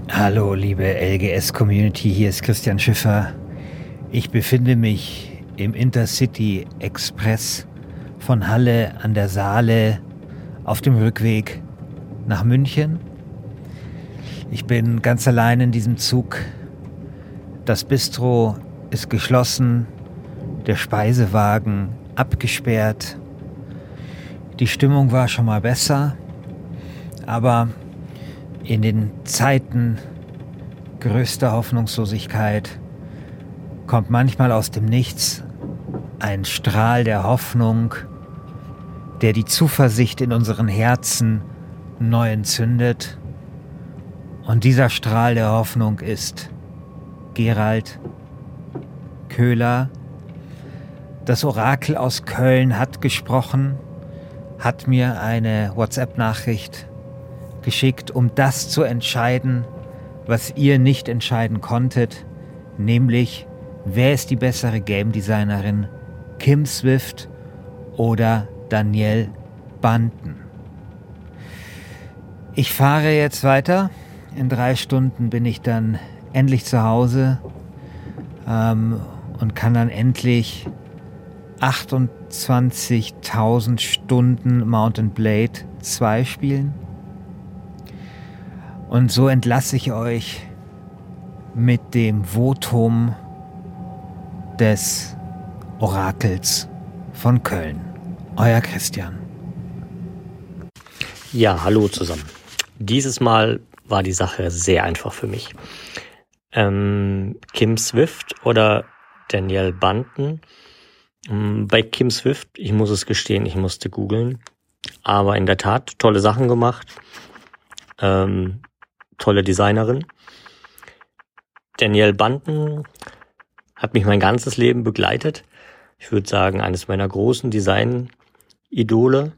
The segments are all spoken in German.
Hallo liebe LGS-Community, hier ist Christian Schiffer. Ich befinde mich im Intercity Express von Halle an der Saale auf dem Rückweg nach München. Ich bin ganz allein in diesem Zug. Das Bistro ist geschlossen, der Speisewagen abgesperrt. Die Stimmung war schon mal besser, aber in den Zeiten größter Hoffnungslosigkeit kommt manchmal aus dem Nichts ein Strahl der Hoffnung, der die Zuversicht in unseren Herzen neu entzündet. Und dieser Strahl der Hoffnung ist Gerald Köhler. Das Orakel aus Köln hat gesprochen, hat mir eine WhatsApp-Nachricht geschickt, um das zu entscheiden, was ihr nicht entscheiden konntet, nämlich, wer ist die bessere Game Designerin, Kim Swift oder Danielle Banten. Ich fahre jetzt weiter. In 3 Stunden bin ich dann endlich zu Hause und kann dann endlich 28.000 Stunden Mount & Blade 2 spielen. Und so entlasse ich euch mit dem Votum des Orakels von Köln. Euer Christian. Ja, hallo zusammen. Dieses Mal war die Sache sehr einfach für mich. Kim Swift oder Danielle Banten? Bei Kim Swift, ich muss es gestehen, ich musste googeln. Aber in der Tat, tolle Sachen gemacht. Tolle Designerin. Danielle Banten hat mich mein ganzes Leben begleitet. Ich würde sagen, eines meiner großen Design-Idole.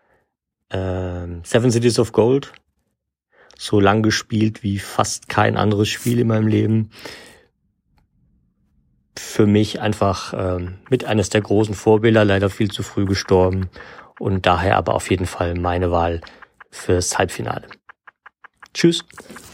7 Cities of Gold. So lang gespielt wie fast kein anderes Spiel in meinem Leben. Für mich einfach mit eines der großen Vorbilder, leider viel zu früh gestorben. Und daher aber auf jeden Fall meine Wahl fürs Halbfinale. Tschüss.